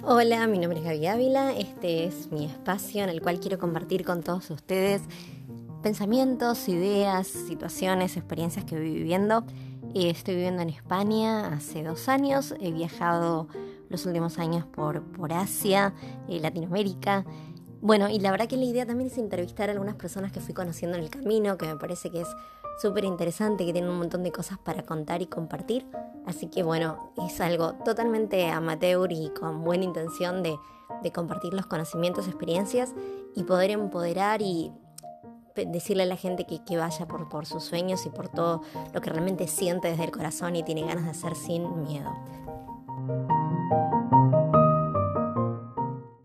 Hola, mi nombre es Gaby Ávila. Este es mi espacio en el cual quiero compartir con todos ustedes pensamientos, ideas, situaciones, experiencias que voy viviendo. Estoy viviendo en España hace 2 años. He viajado los últimos años por Asia, Latinoamérica. Bueno, y la verdad que la idea también es entrevistar a algunas personas que fui conociendo en el camino, que me parece que es súper interesante, que tienen un montón de cosas para contar y compartir. Así que bueno, es algo totalmente amateur y con buena intención de compartir los conocimientos, experiencias y poder empoderar y decirle a la gente que vaya por sus sueños y por todo lo que realmente siente desde el corazón y tiene ganas de hacer sin miedo.